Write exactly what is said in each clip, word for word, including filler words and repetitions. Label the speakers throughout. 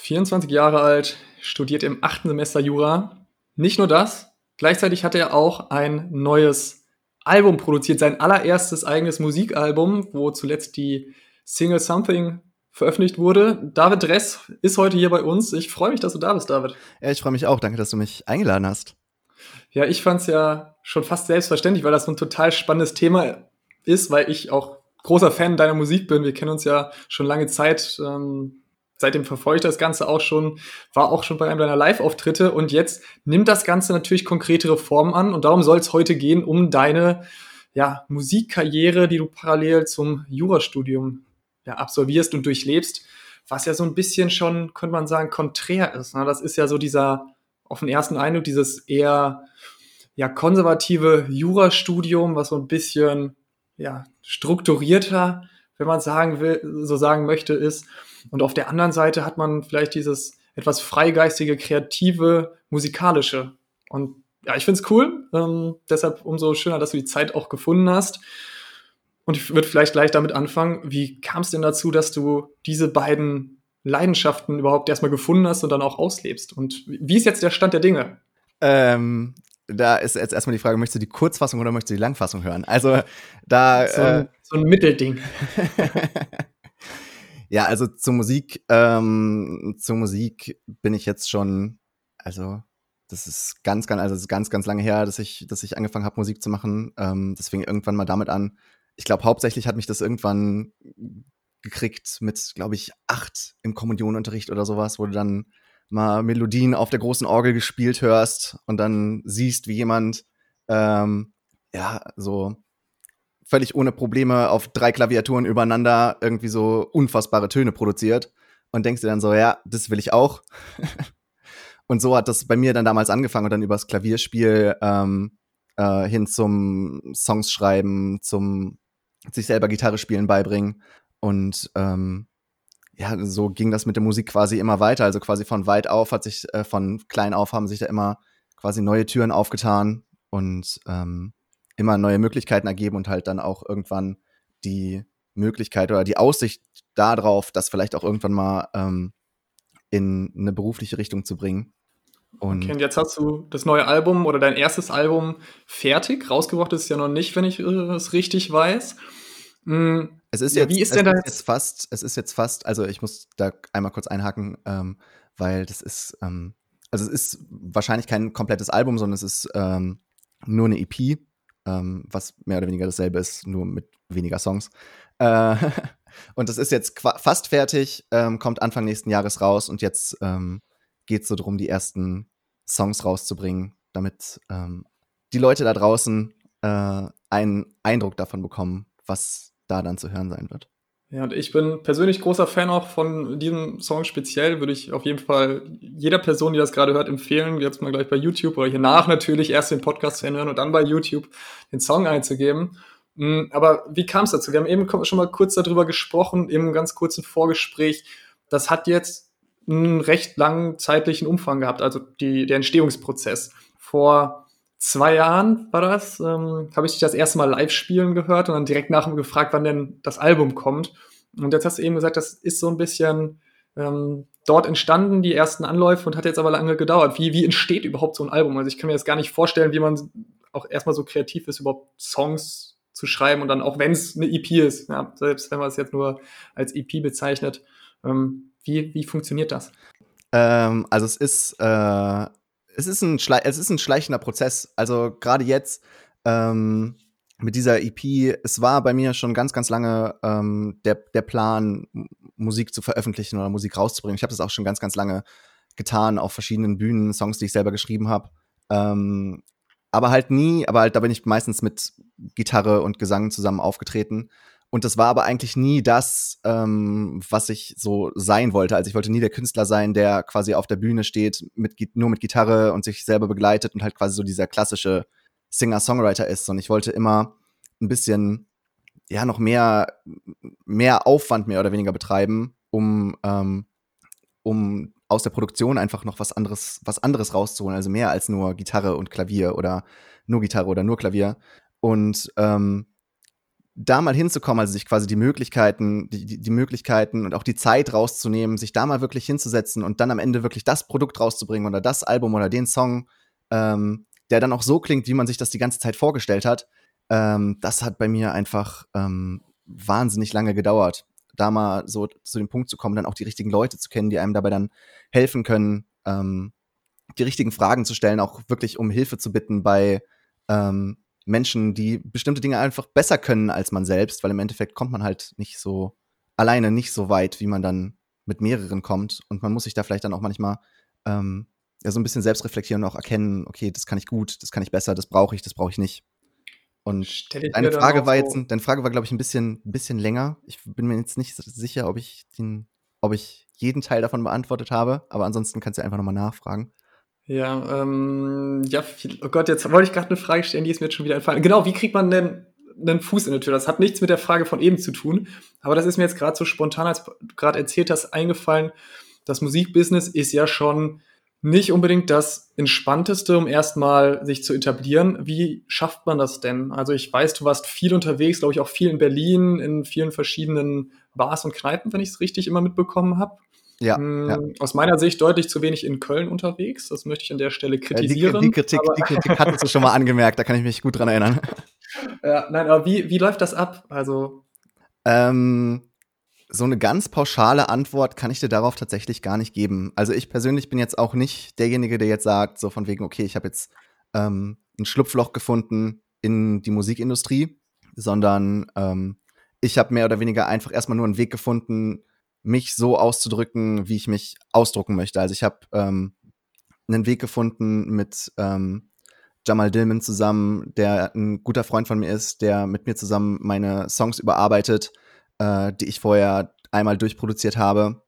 Speaker 1: vierundzwanzig Jahre alt, studiert im achten Semester Jura. Nicht nur das, gleichzeitig hat er auch ein neues Album produziert, sein allererstes eigenes Musikalbum, wo zuletzt die Single Something veröffentlicht wurde. David Dress ist heute hier bei uns. Ich freue mich, dass du da bist, David.
Speaker 2: Ja, ich freue mich auch. Danke, dass du mich eingeladen hast.
Speaker 1: Ja, ich fand es ja schon fast selbstverständlich, weil das so ein total spannendes Thema ist, weil ich auch großer Fan deiner Musik bin. Wir kennen uns ja schon lange Zeit. Ähm, seitdem verfolge ich das Ganze auch schon, war auch schon bei einem deiner Live-Auftritte und jetzt nimmt das Ganze natürlich konkretere Formen an und darum soll es heute gehen, um deine ja, Musikkarriere, die du parallel zum Jurastudium ja, absolvierst und durchlebst, was ja so ein bisschen schon, könnte man sagen, konträr ist. Ne? Das ist ja so dieser, auf den ersten Eindruck, dieses eher ja, konservative Jurastudium, was so ein bisschen ja, strukturierter, wenn man sagen will, so sagen möchte, ist. Und auf der anderen Seite hat man vielleicht dieses etwas freigeistige, kreative, musikalische. Und ja, ich finde es cool. Ähm, deshalb umso schöner, dass du die Zeit auch gefunden hast. Und ich würde vielleicht gleich damit anfangen. Wie kam es denn dazu, dass du diese beiden Leidenschaften überhaupt erstmal gefunden hast und dann auch auslebst? Und wie ist jetzt der Stand der Dinge?
Speaker 2: Ähm, da ist jetzt erstmal die Frage, möchtest du die Kurzfassung oder möchtest du die Langfassung hören? Also, da.
Speaker 1: So ein, äh, so ein Mittelding.
Speaker 2: Ja, also zur Musik, ähm, zur Musik bin ich jetzt schon, also das ist ganz, ganz, also das ist ganz, ganz lange her, dass ich, dass ich angefangen habe, Musik zu machen. Ähm, deswegen irgendwann mal damit an. Ich glaube, hauptsächlich hat mich das irgendwann gekriegt mit, glaube ich, acht im Kommunionunterricht oder sowas, wo du dann mal Melodien auf der großen Orgel gespielt hörst und dann siehst, wie jemand ähm, ja so völlig ohne Probleme auf drei Klaviaturen übereinander irgendwie so unfassbare Töne produziert und denkst dir dann so, ja, das will ich auch. Und so hat das bei mir dann damals angefangen und dann übers Klavierspiel ähm, äh, hin zum Songs schreiben, zum sich selber Gitarre spielen beibringen und ähm, ja, so ging das mit der Musik quasi immer weiter. Also quasi von weit auf hat sich, äh, von klein auf haben sich da immer quasi neue Türen aufgetan und ähm, immer neue Möglichkeiten ergeben und halt dann auch irgendwann die Möglichkeit oder die Aussicht darauf, das vielleicht auch irgendwann mal ähm, in eine berufliche Richtung zu bringen.
Speaker 1: Und okay, und jetzt hast du das neue Album oder dein erstes Album fertig. Rausgebracht ist es ja noch nicht, wenn ich es richtig weiß.
Speaker 2: Mhm. Es ist, ja, jetzt, wie ist denn es das? Ist jetzt fast, es ist jetzt fast, also ich muss da einmal kurz einhaken, ähm, weil das ist, ähm, also es ist wahrscheinlich kein komplettes Album, sondern es ist ähm, nur eine E P, ähm, was mehr oder weniger dasselbe ist, nur mit weniger Songs. Äh, und das ist jetzt fast fertig, ähm, kommt Anfang nächsten Jahres raus und jetzt ähm, geht es so darum, die ersten Songs rauszubringen, damit ähm, die Leute da draußen äh, einen Eindruck davon bekommen, was da dann zu hören sein wird.
Speaker 1: Ja, und ich bin persönlich großer Fan auch von diesem Song speziell, würde ich auf jeden Fall jeder Person, die das gerade hört, empfehlen, jetzt mal gleich bei YouTube oder hier nach natürlich erst den Podcast hören und dann bei YouTube den Song einzugeben. Aber wie kam es dazu? Wir haben eben schon mal kurz darüber gesprochen, im ganz kurzen Vorgespräch. Das hat jetzt einen recht langen zeitlichen Umfang gehabt, also die, der Entstehungsprozess. Vor zwei Jahren war das, ähm, habe ich dich das erste Mal live spielen gehört und dann direkt nachher gefragt, wann denn das Album kommt. Und jetzt hast du eben gesagt, das ist so ein bisschen ähm, dort entstanden, die ersten Anläufe, und hat jetzt aber lange gedauert. Wie, wie entsteht überhaupt so ein Album? Also ich kann mir jetzt gar nicht vorstellen, wie man auch erstmal so kreativ ist, überhaupt Songs zu schreiben und dann auch, wenn es eine E P ist, ja, selbst wenn man es jetzt nur als E P bezeichnet. Ähm, wie, wie funktioniert das?
Speaker 2: Ähm, also es ist äh Es ist, ein Schle- es ist ein schleichender Prozess. Also gerade jetzt ähm, mit dieser E P, es war bei mir schon ganz, ganz lange ähm, der, der Plan, M- Musik zu veröffentlichen oder Musik rauszubringen. Ich habe das auch schon ganz, ganz lange getan auf verschiedenen Bühnen, Songs, die ich selber geschrieben habe. Ähm, aber halt nie, aber halt, da bin ich meistens mit Gitarre und Gesang zusammen aufgetreten. Und das war aber eigentlich nie das, ähm, was ich so sein wollte. Also ich wollte nie der Künstler sein, der quasi auf der Bühne steht, mit, nur mit Gitarre und sich selber begleitet und halt quasi so dieser klassische Singer-Songwriter ist. Und ich wollte immer ein bisschen, ja, noch mehr, mehr Aufwand mehr oder weniger betreiben, um, ähm, um aus der Produktion einfach noch was anderes, was anderes rauszuholen. Also mehr als nur Gitarre und Klavier oder nur Gitarre oder nur Klavier. Und ähm, da mal hinzukommen, also sich quasi die Möglichkeiten, die, die, die Möglichkeiten und auch die Zeit rauszunehmen, sich da mal wirklich hinzusetzen und dann am Ende wirklich das Produkt rauszubringen oder das Album oder den Song, ähm, der dann auch so klingt, wie man sich das die ganze Zeit vorgestellt hat, ähm, das hat bei mir einfach ähm, wahnsinnig lange gedauert, da mal so zu dem Punkt zu kommen, dann auch die richtigen Leute zu kennen, die einem dabei dann helfen können, ähm, die richtigen Fragen zu stellen, auch wirklich um Hilfe zu bitten bei ähm, Menschen, die bestimmte Dinge einfach besser können als man selbst, weil im Endeffekt kommt man halt nicht so alleine nicht so weit, wie man dann mit mehreren kommt. Und man muss sich da vielleicht dann auch manchmal ähm, ja, so ein bisschen selbst reflektieren und auch erkennen, okay, das kann ich gut, das kann ich besser, das brauche ich, das brauche ich nicht. Und
Speaker 1: Stell ich
Speaker 2: deine
Speaker 1: mir dann
Speaker 2: Frage
Speaker 1: auch
Speaker 2: war jetzt,
Speaker 1: so.
Speaker 2: deine Frage war, glaube ich, ein bisschen, ein bisschen länger. Ich bin mir jetzt nicht sicher, ob ich den, ob ich jeden Teil davon beantwortet habe, aber ansonsten kannst du einfach nochmal nachfragen.
Speaker 1: Ja, ähm, ja, viel, oh Gott, jetzt wollte ich gerade eine Frage stellen, die ist mir jetzt schon wieder entfallen. Genau, wie kriegt man denn einen Fuß in die Tür? Das hat nichts mit der Frage von eben zu tun, aber das ist mir jetzt gerade so spontan, als du gerade erzählt hast, eingefallen. Das Musikbusiness ist ja schon nicht unbedingt das Entspannteste, um erstmal sich zu etablieren. Wie schafft man das denn? Also ich weiß, du warst viel unterwegs, glaube ich auch viel in Berlin, in vielen verschiedenen Bars und Kneipen, wenn ich es richtig immer mitbekommen habe.
Speaker 2: Ja, ja.
Speaker 1: Hm, aus meiner Sicht deutlich zu wenig in Köln unterwegs. Das möchte ich an der Stelle
Speaker 2: Äh, die, Kri- die,
Speaker 1: kritisieren.
Speaker 2: Kritik,
Speaker 1: Aber
Speaker 2: die Kritik hattest du schon mal angemerkt, da kann ich mich gut dran erinnern.
Speaker 1: ja, nein, aber wie, wie läuft das ab? Also,
Speaker 2: Ähm, so eine ganz pauschale Antwort kann ich dir darauf tatsächlich gar nicht geben. Also ich persönlich bin jetzt auch nicht derjenige, der jetzt sagt, so von wegen, okay, ich habe jetzt ähm, ein Schlupfloch gefunden in die Musikindustrie, sondern ähm, ich habe mehr oder weniger einfach erstmal nur einen Weg gefunden, mich so auszudrücken, wie ich mich ausdrucken möchte. Also ich habe ähm, einen Weg gefunden mit ähm, Jamal Dillman zusammen, der ein guter Freund von mir ist, der mit mir zusammen meine Songs überarbeitet, äh, die ich vorher einmal durchproduziert habe.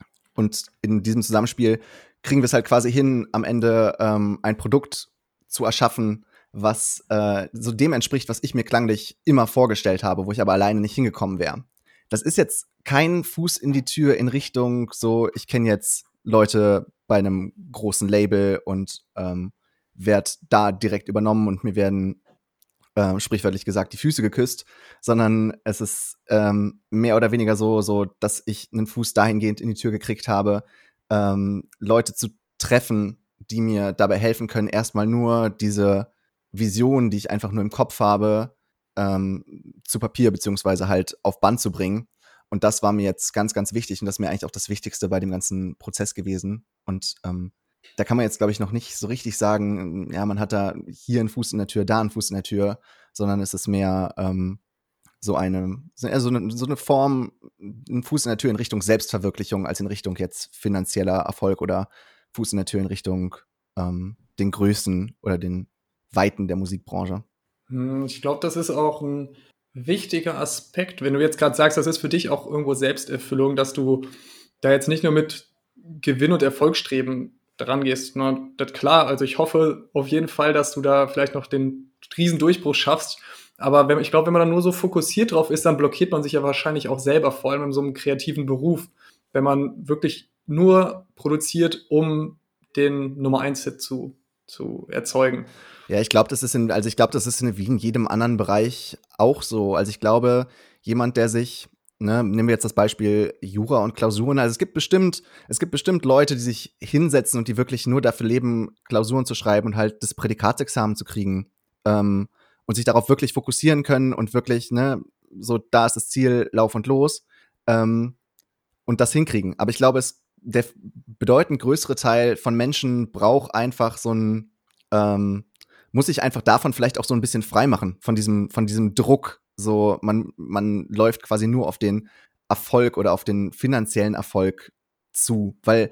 Speaker 2: Und in diesem Zusammenspiel kriegen wir es halt quasi hin, am Ende ähm, ein Produkt zu erschaffen, was äh, so dem entspricht, was ich mir klanglich immer vorgestellt habe, wo ich aber alleine nicht hingekommen wäre. Das ist jetzt kein Fuß in die Tür in Richtung so, ich kenne jetzt Leute bei einem großen Label und ähm, werde da direkt übernommen und mir werden äh, sprichwörtlich gesagt die Füße geküsst, sondern es ist ähm, mehr oder weniger so, so, dass ich einen Fuß dahingehend in die Tür gekriegt habe, ähm, Leute zu treffen, die mir dabei helfen können, erstmal nur diese Vision, die ich einfach nur im Kopf habe, ähm, zu Papier beziehungsweise halt auf Band zu bringen. Und das war mir jetzt ganz, ganz wichtig und das ist mir eigentlich auch das Wichtigste bei dem ganzen Prozess gewesen. Und ähm, da kann man jetzt, glaube ich, noch nicht so richtig sagen, ja, man hat da hier einen Fuß in der Tür, da einen Fuß in der Tür, sondern es ist mehr ähm, so eine, so eine, so eine Form, ein Fuß in der Tür in Richtung Selbstverwirklichung, als in Richtung jetzt finanzieller Erfolg oder Fuß in der Tür in Richtung ähm, den Größen oder den Weiten der Musikbranche.
Speaker 1: hm, ich glaube, das ist auch ein wichtiger Aspekt, wenn du jetzt gerade sagst, das ist für dich auch irgendwo Selbsterfüllung, dass du da jetzt nicht nur mit Gewinn und Erfolgsstreben dran gehst. Ne? Das klar, also ich hoffe auf jeden Fall, dass du da vielleicht noch den riesen Durchbruch schaffst. Aber wenn, ich glaube, wenn man da nur so fokussiert drauf ist, dann blockiert man sich ja wahrscheinlich auch selber, vor allem in so einem kreativen Beruf, wenn man wirklich nur produziert, um den Nummer eins Hit zu, zu erzeugen.
Speaker 2: Ja, ich glaube, das ist in, also ich glaube, das ist in, wie in jedem anderen Bereich auch so. Also ich glaube, jemand, der sich, ne, nehmen wir jetzt das Beispiel Jura und Klausuren. Also es gibt bestimmt, es gibt bestimmt Leute, die sich hinsetzen und die wirklich nur dafür leben, Klausuren zu schreiben und halt das Prädikatsexamen zu kriegen. Ähm, und sich darauf wirklich fokussieren können und wirklich, ne, so da ist das Ziel, Lauf und los. Ähm, und das hinkriegen. Aber ich glaube, es der bedeutend größere Teil von Menschen braucht einfach so ein ähm, muss sich einfach davon vielleicht auch so ein bisschen frei machen, von diesem, von diesem Druck. So, man, man läuft quasi nur auf den Erfolg oder auf den finanziellen Erfolg zu, weil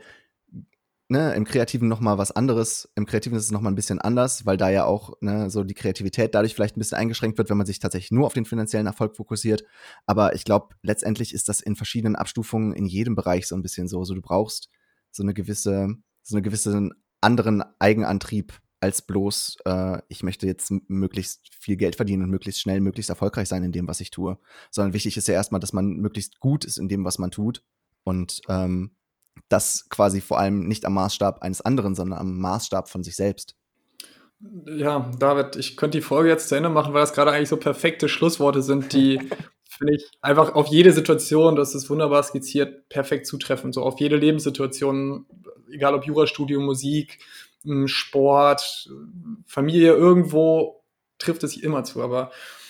Speaker 2: ne, im Kreativen noch mal was anderes. Im Kreativen ist es noch mal ein bisschen anders, weil da ja auch ne, so die Kreativität dadurch vielleicht ein bisschen eingeschränkt wird, wenn man sich tatsächlich nur auf den finanziellen Erfolg fokussiert. Aber ich glaube, letztendlich ist das in verschiedenen Abstufungen in jedem Bereich so ein bisschen so. So, du brauchst so eine gewisse, so eine gewisse anderen Eigenantrieb als bloß, äh, ich möchte jetzt m- möglichst viel Geld verdienen und möglichst schnell, möglichst erfolgreich sein in dem, was ich tue. Sondern wichtig ist ja erstmal, dass man möglichst gut ist in dem, was man tut. Und ähm, das quasi vor allem nicht am Maßstab eines anderen, sondern am Maßstab von sich selbst.
Speaker 1: Ja, David, ich könnte die Folge jetzt zu Ende machen, weil das gerade eigentlich so perfekte Schlussworte sind, die, finde ich, einfach auf jede Situation, das ist wunderbar skizziert, perfekt zutreffen. So auf jede Lebenssituation, egal ob Jurastudium, Musik, m, Sport, Familie, irgendwo trifft es sich immer zu. Aber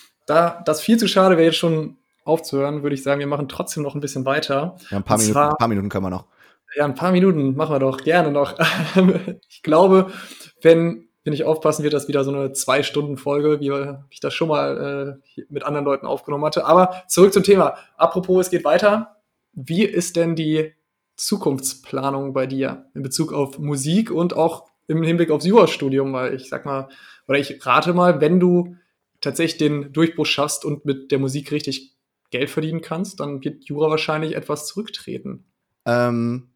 Speaker 1: da das viel zu schade wäre, jetzt schon aufzuhören, würde ich sagen, wir machen trotzdem noch ein bisschen weiter.
Speaker 2: Ja, ein
Speaker 1: Und
Speaker 2: paar Minuten,
Speaker 1: zwar
Speaker 2: ein paar Minuten können wir noch.
Speaker 1: ja, ein paar Minuten machen wir doch gerne noch. Ich glaube, wenn wir nicht aufpassen, wird das wieder so eine Zwei-Stunden-Folge, wie ich das schon mal äh, mit anderen Leuten aufgenommen hatte. Aber zurück zum Thema. Apropos, es geht weiter. Wie ist denn die Zukunftsplanung bei dir in Bezug auf Musik und auch im Hinblick aufs Jurastudium? Weil ich sag mal, oder ich rate mal, wenn du tatsächlich den Durchbruch schaffst und mit der Musik richtig Geld verdienen kannst, dann wird Jura wahrscheinlich etwas zurücktreten.
Speaker 2: Ähm,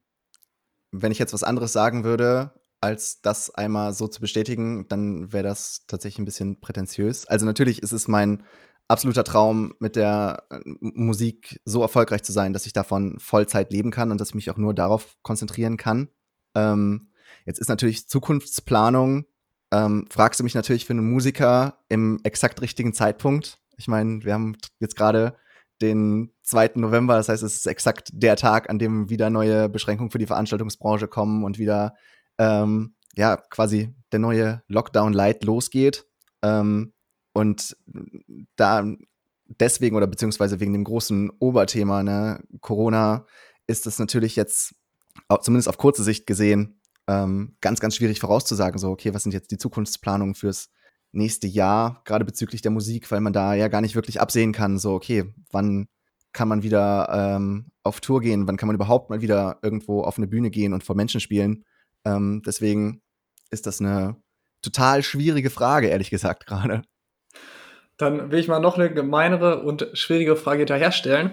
Speaker 2: wenn ich jetzt was anderes sagen würde, als das einmal so zu bestätigen, dann wäre das tatsächlich ein bisschen prätentiös. Also natürlich ist es mein absoluter Traum, mit der äh, M- Musik so erfolgreich zu sein, dass ich davon Vollzeit leben kann und dass ich mich auch nur darauf konzentrieren kann. Ähm, jetzt ist natürlich Zukunftsplanung, ähm, fragst du mich natürlich für einen Musiker im exakt richtigen Zeitpunkt. Ich meine, wir haben jetzt gerade den zweiten November. Das heißt, es ist exakt der Tag, an dem wieder neue Beschränkungen für die Veranstaltungsbranche kommen und wieder ähm, ja quasi der neue Lockdown Light losgeht. Ähm, und da deswegen oder beziehungsweise wegen dem großen Oberthema, ne, Corona, ist es natürlich jetzt au- zumindest auf kurze Sicht gesehen ähm, ganz, ganz schwierig vorauszusagen, so, okay, was sind jetzt die Zukunftsplanungen fürs nächste Jahr, gerade bezüglich der Musik, weil man da ja gar nicht wirklich absehen kann, so, okay, wann kann man wieder ähm, auf Tour gehen, wann kann man überhaupt mal wieder irgendwo auf eine Bühne gehen und vor Menschen spielen. Ähm, deswegen ist das eine total schwierige Frage, ehrlich gesagt, gerade.
Speaker 1: Dann will ich mal noch eine gemeinere und schwierige Frage hinterherstellen.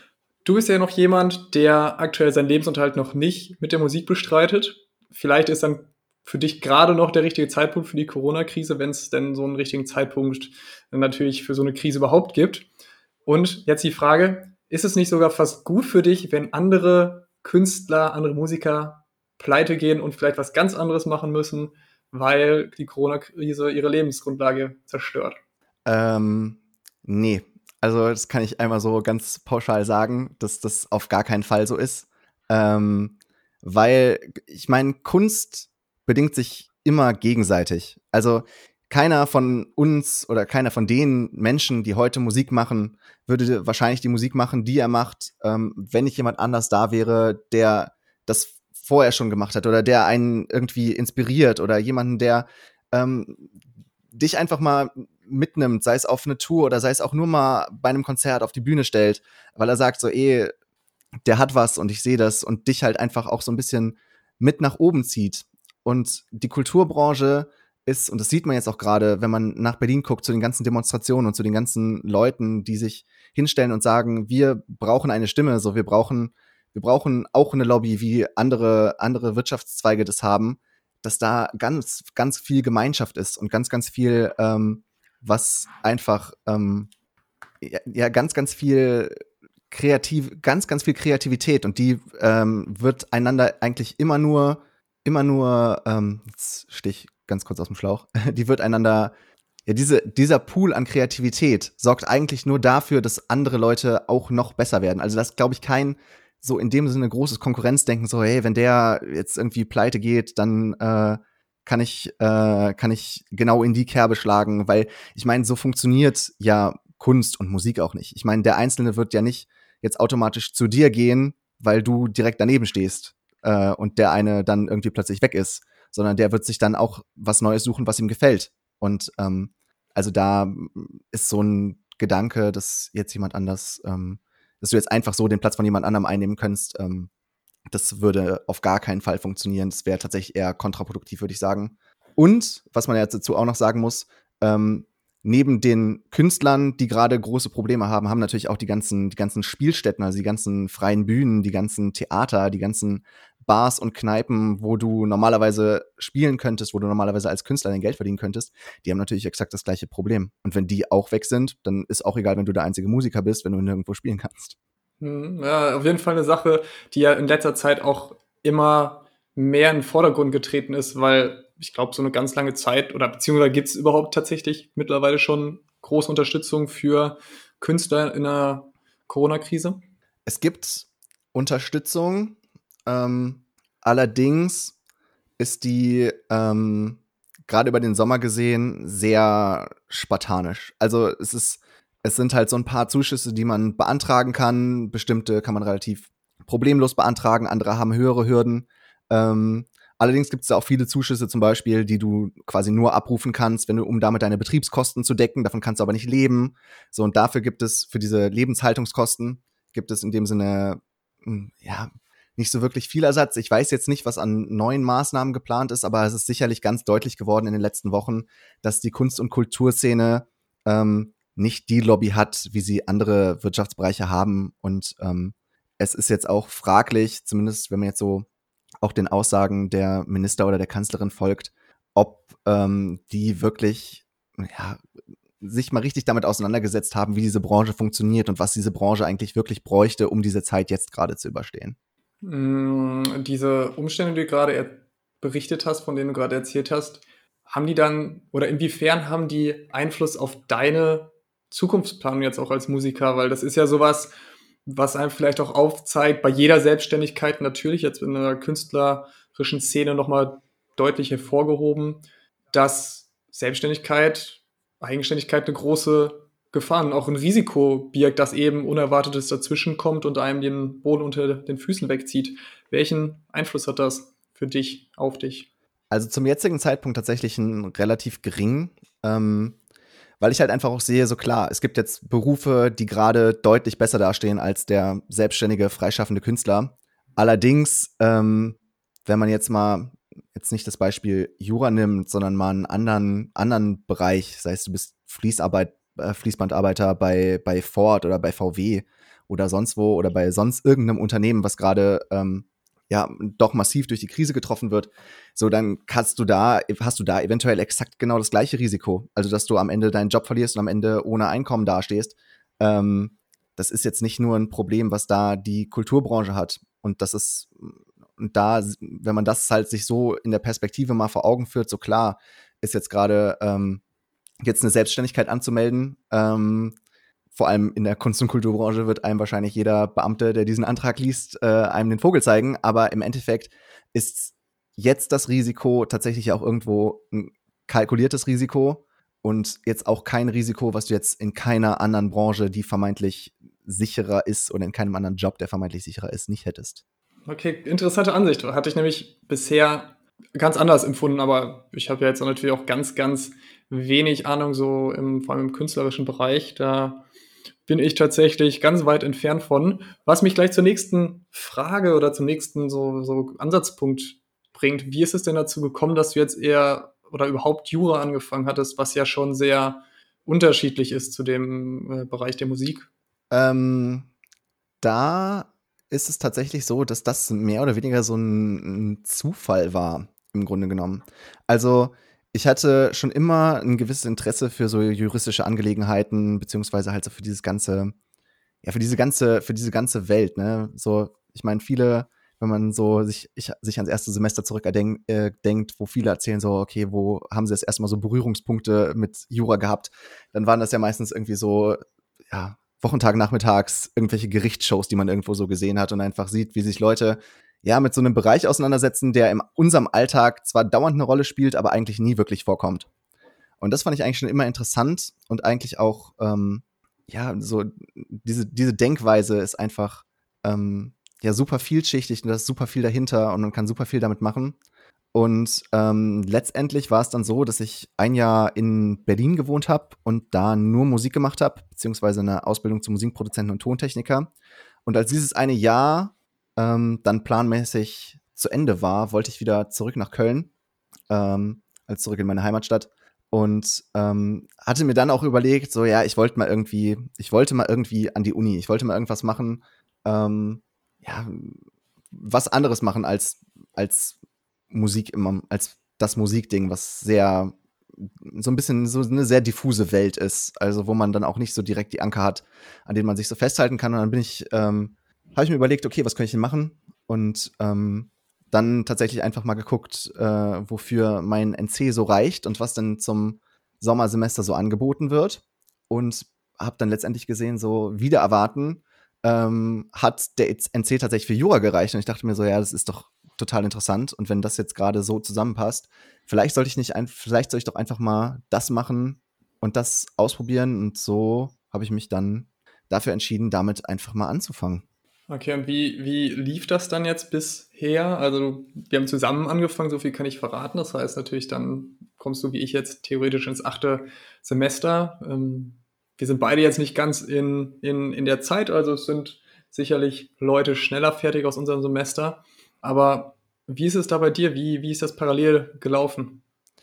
Speaker 1: Du bist ja noch jemand, der aktuell seinen Lebensunterhalt noch nicht mit der Musik bestreitet. Vielleicht ist dann für dich gerade noch der richtige Zeitpunkt für die Corona-Krise, wenn es denn so einen richtigen Zeitpunkt natürlich für so eine Krise überhaupt gibt. Und jetzt die Frage, ist es nicht sogar fast gut für dich, wenn andere Künstler, andere Musiker pleite gehen und vielleicht was ganz anderes machen müssen, weil die Corona-Krise ihre Lebensgrundlage zerstört?
Speaker 2: Ähm, nee. Also, das kann ich einmal so ganz pauschal sagen, dass das auf gar keinen Fall so ist. Ähm, weil, ich meine, Kunst bedingt sich immer gegenseitig. Also, keiner von uns oder keiner von den Menschen, die heute Musik machen, würde wahrscheinlich die Musik machen, die er macht, ähm, wenn nicht jemand anders da wäre, der das vorher schon gemacht hat oder der einen irgendwie inspiriert oder jemanden, der ähm, dich einfach mal mitnimmt, sei es auf eine Tour oder sei es auch nur mal bei einem Konzert auf die Bühne stellt, weil er sagt so, eh, der hat was und ich sehe das und dich halt einfach auch so ein bisschen mit nach oben zieht. Und die Kulturbranche ist, und das sieht man jetzt auch gerade, wenn man nach Berlin guckt, zu den ganzen Demonstrationen und zu den ganzen Leuten, die sich hinstellen und sagen, wir brauchen eine Stimme, so wir brauchen, wir brauchen auch eine Lobby, wie andere, andere Wirtschaftszweige das haben, dass da ganz, ganz viel Gemeinschaft ist und ganz, ganz viel, ähm, was einfach ähm, ja, ja, ganz, ganz viel kreativ, ganz, ganz viel Kreativität und die ähm, wird einander eigentlich immer nur, immer nur, ähm, jetzt stehe ich ganz kurz aus dem Schlauch, die wird einander, ja, diese, dieser Pool an Kreativität sorgt eigentlich nur dafür, dass andere Leute auch noch besser werden. Also das glaube ich kein so in dem Sinne großes Konkurrenzdenken, so hey, wenn der jetzt irgendwie pleite geht, dann äh, kann ich, äh, kann ich genau in die Kerbe schlagen, weil ich meine, so funktioniert ja Kunst und Musik auch nicht. Ich meine, der Einzelne wird ja nicht jetzt automatisch zu dir gehen, weil du direkt daneben stehst äh, und der eine dann irgendwie plötzlich weg ist, sondern der wird sich dann auch was Neues suchen, was ihm gefällt. Und ähm, also da ist so ein Gedanke, dass jetzt jemand anders, ähm, dass du jetzt einfach so den Platz von jemand anderem einnehmen kannst, ähm, das würde auf gar keinen Fall funktionieren. Das wäre tatsächlich eher kontraproduktiv, würde ich sagen. Und, was man jetzt dazu auch noch sagen muss, ähm, neben den Künstlern, die gerade große Probleme haben, haben natürlich auch die ganzen, die ganzen Spielstätten, also die ganzen freien Bühnen, die ganzen Theater, die ganzen Bars und Kneipen, wo du normalerweise spielen könntest, wo du normalerweise als Künstler dein Geld verdienen könntest, die haben natürlich exakt das gleiche Problem. Und wenn die auch weg sind, dann ist auch egal, wenn du der einzige Musiker bist, wenn du nirgendwo spielen kannst.
Speaker 1: Mhm, ja, auf jeden Fall eine Sache, die ja in letzter Zeit auch immer mehr in den Vordergrund getreten ist, weil ich glaube, so eine ganz lange Zeit oder beziehungsweise gibt es überhaupt tatsächlich mittlerweile schon große Unterstützung für Künstler in der Corona-Krise?
Speaker 2: Es gibt Unterstützung, ähm, allerdings ist die ähm, gerade über den Sommer gesehen sehr spartanisch. Also es ist, es sind halt so ein paar Zuschüsse, die man beantragen kann. Bestimmte kann man relativ problemlos beantragen, andere haben höhere Hürden. Ähm, allerdings gibt es da auch viele Zuschüsse zum Beispiel, die du quasi nur abrufen kannst, wenn du, um damit deine Betriebskosten zu decken. Davon kannst du aber nicht leben. So, und dafür gibt es für diese Lebenshaltungskosten gibt es in dem Sinne, mh, ja, nicht so wirklich viel Ersatz. Ich weiß jetzt nicht, was an neuen Maßnahmen geplant ist, aber es ist sicherlich ganz deutlich geworden in den letzten Wochen, dass die Kunst- und Kulturszene ähm, nicht die Lobby hat, wie sie andere Wirtschaftsbereiche haben. Und ähm, es ist jetzt auch fraglich, zumindest wenn man jetzt so auch den Aussagen der Minister oder der Kanzlerin folgt, ob ähm, die wirklich ja, sich mal richtig damit auseinandergesetzt haben, wie diese Branche funktioniert und was diese Branche eigentlich wirklich bräuchte, um diese Zeit jetzt gerade zu überstehen.
Speaker 1: Mm, Diese Umstände, die du gerade er- berichtet hast, von denen du gerade erzählt hast, haben die dann oder inwiefern haben die Einfluss auf deine Zukunftsplanung jetzt auch als Musiker? Weil das ist ja sowas, was einem vielleicht auch aufzeigt, bei jeder Selbstständigkeit natürlich jetzt in der künstlerischen Szene nochmal deutlich hervorgehoben, dass Selbstständigkeit, Eigenständigkeit eine große Gefahr und auch ein Risiko birgt, dass eben Unerwartetes dazwischenkommt und einem den Boden unter den Füßen wegzieht. Welchen Einfluss hat das für dich, auf dich?
Speaker 2: Also zum jetzigen Zeitpunkt tatsächlich einen relativ geringen, ähm, weil ich halt einfach auch sehe, so klar, es gibt jetzt Berufe, die gerade deutlich besser dastehen als der selbstständige, freischaffende Künstler. Allerdings, ähm, wenn man jetzt mal jetzt nicht das Beispiel Jura nimmt, sondern mal einen anderen, anderen Bereich, sei es du bist Fließarbeit, äh, Fließbandarbeiter bei, bei Ford oder bei V W oder sonst wo oder bei sonst irgendeinem Unternehmen, was gerade ähm, ja doch massiv durch die Krise getroffen wird, so dann kannst du da, hast du da eventuell exakt genau das gleiche Risiko. Also, dass du am Ende deinen Job verlierst und am Ende ohne Einkommen dastehst. Ähm, das ist jetzt nicht nur ein Problem, was da die Kulturbranche hat. Und das ist, und da, wenn man das halt sich so in der Perspektive mal vor Augen führt, so klar, ist jetzt gerade ähm, jetzt eine Selbstständigkeit anzumelden. Ähm, vor allem in der Kunst- und Kulturbranche wird einem wahrscheinlich jeder Beamte, der diesen Antrag liest, äh, einem den Vogel zeigen. Aber im Endeffekt ist jetzt das Risiko tatsächlich auch irgendwo ein kalkuliertes Risiko und jetzt auch kein Risiko, was du jetzt in keiner anderen Branche, die vermeintlich sicherer ist oder in keinem anderen Job, der vermeintlich sicherer ist, nicht hättest.
Speaker 1: Okay, interessante Ansicht. Hatte ich nämlich bisher ganz anders empfunden, aber ich habe ja jetzt natürlich auch ganz, ganz wenig Ahnung, so im, vor allem im künstlerischen Bereich. Da bin ich tatsächlich ganz weit entfernt von. Was mich gleich zur nächsten Frage oder zum nächsten so, so Ansatzpunkt bringt. Wie ist es denn dazu gekommen, dass du jetzt eher oder überhaupt Jura angefangen hattest, was ja schon sehr unterschiedlich ist zu dem äh, Bereich der Musik?
Speaker 2: Ähm, da ist es tatsächlich so, dass das mehr oder weniger so ein 'n Zufall war, im Grunde genommen. Also, ich hatte schon immer ein gewisses Interesse für so juristische Angelegenheiten, beziehungsweise halt so für dieses ganze ja, für diese ganze für diese ganze Welt, ne? So, ich meine, viele, wenn man so sich ich sich ans erste Semester zurückerdenk äh, denkt, wo viele erzählen so: „Okay, wo haben sie das erste Mal so Berührungspunkte mit Jura gehabt?“ Dann waren das ja meistens irgendwie so, ja, Wochentag nachmittags irgendwelche Gerichtsshows, die man irgendwo so gesehen hat und einfach sieht, wie sich Leute, ja, mit so einem Bereich auseinandersetzen, der in unserem Alltag zwar dauernd eine Rolle spielt, aber eigentlich nie wirklich vorkommt. Und das fand ich eigentlich schon immer interessant und eigentlich auch, ähm, ja, so diese, diese Denkweise ist einfach ähm, ja super vielschichtig und da ist super viel dahinter und man kann super viel damit machen. Und ähm, letztendlich war es dann so, dass ich ein Jahr in Berlin gewohnt habe und da nur Musik gemacht habe, beziehungsweise eine Ausbildung zum Musikproduzenten und Tontechniker. Und als dieses eine Jahr ähm, dann planmäßig zu Ende war, wollte ich wieder zurück nach Köln, ähm, also zurück in meine Heimatstadt. Und ähm, hatte mir dann auch überlegt, so ja, ich wollte mal irgendwie, ich wollte mal irgendwie an die Uni, ich wollte mal irgendwas machen, ähm, ja, was anderes machen als, als Musik immer, als das Musikding, was sehr, so ein bisschen so eine sehr diffuse Welt ist, also wo man dann auch nicht so direkt die Anker hat, an denen man sich so festhalten kann. Und dann bin ich, ähm, habe ich mir überlegt, okay, was kann ich denn machen? Und ähm, dann tatsächlich einfach mal geguckt, äh, wofür mein N C so reicht und was denn zum Sommersemester so angeboten wird. Und habe dann letztendlich gesehen, so wieder erwarten, ähm, hat der N C tatsächlich für Jura gereicht. Und ich dachte mir so, ja, das ist doch total interessant. Und wenn das jetzt gerade so zusammenpasst, vielleicht sollte ich nicht ein, vielleicht soll ich doch einfach mal das machen und das ausprobieren. Und so habe ich mich dann dafür entschieden, damit einfach mal anzufangen.
Speaker 1: Okay, und wie, wie lief das dann jetzt bisher? Also, wir haben zusammen angefangen, so viel kann ich verraten. Das heißt natürlich, dann kommst du wie ich jetzt theoretisch ins achte Semester. Ähm, wir sind beide jetzt nicht ganz in, in, in der Zeit, also es sind sicherlich Leute schneller fertig aus unserem Semester. Aber wie ist es da bei dir? Wie, wie ist das parallel gelaufen?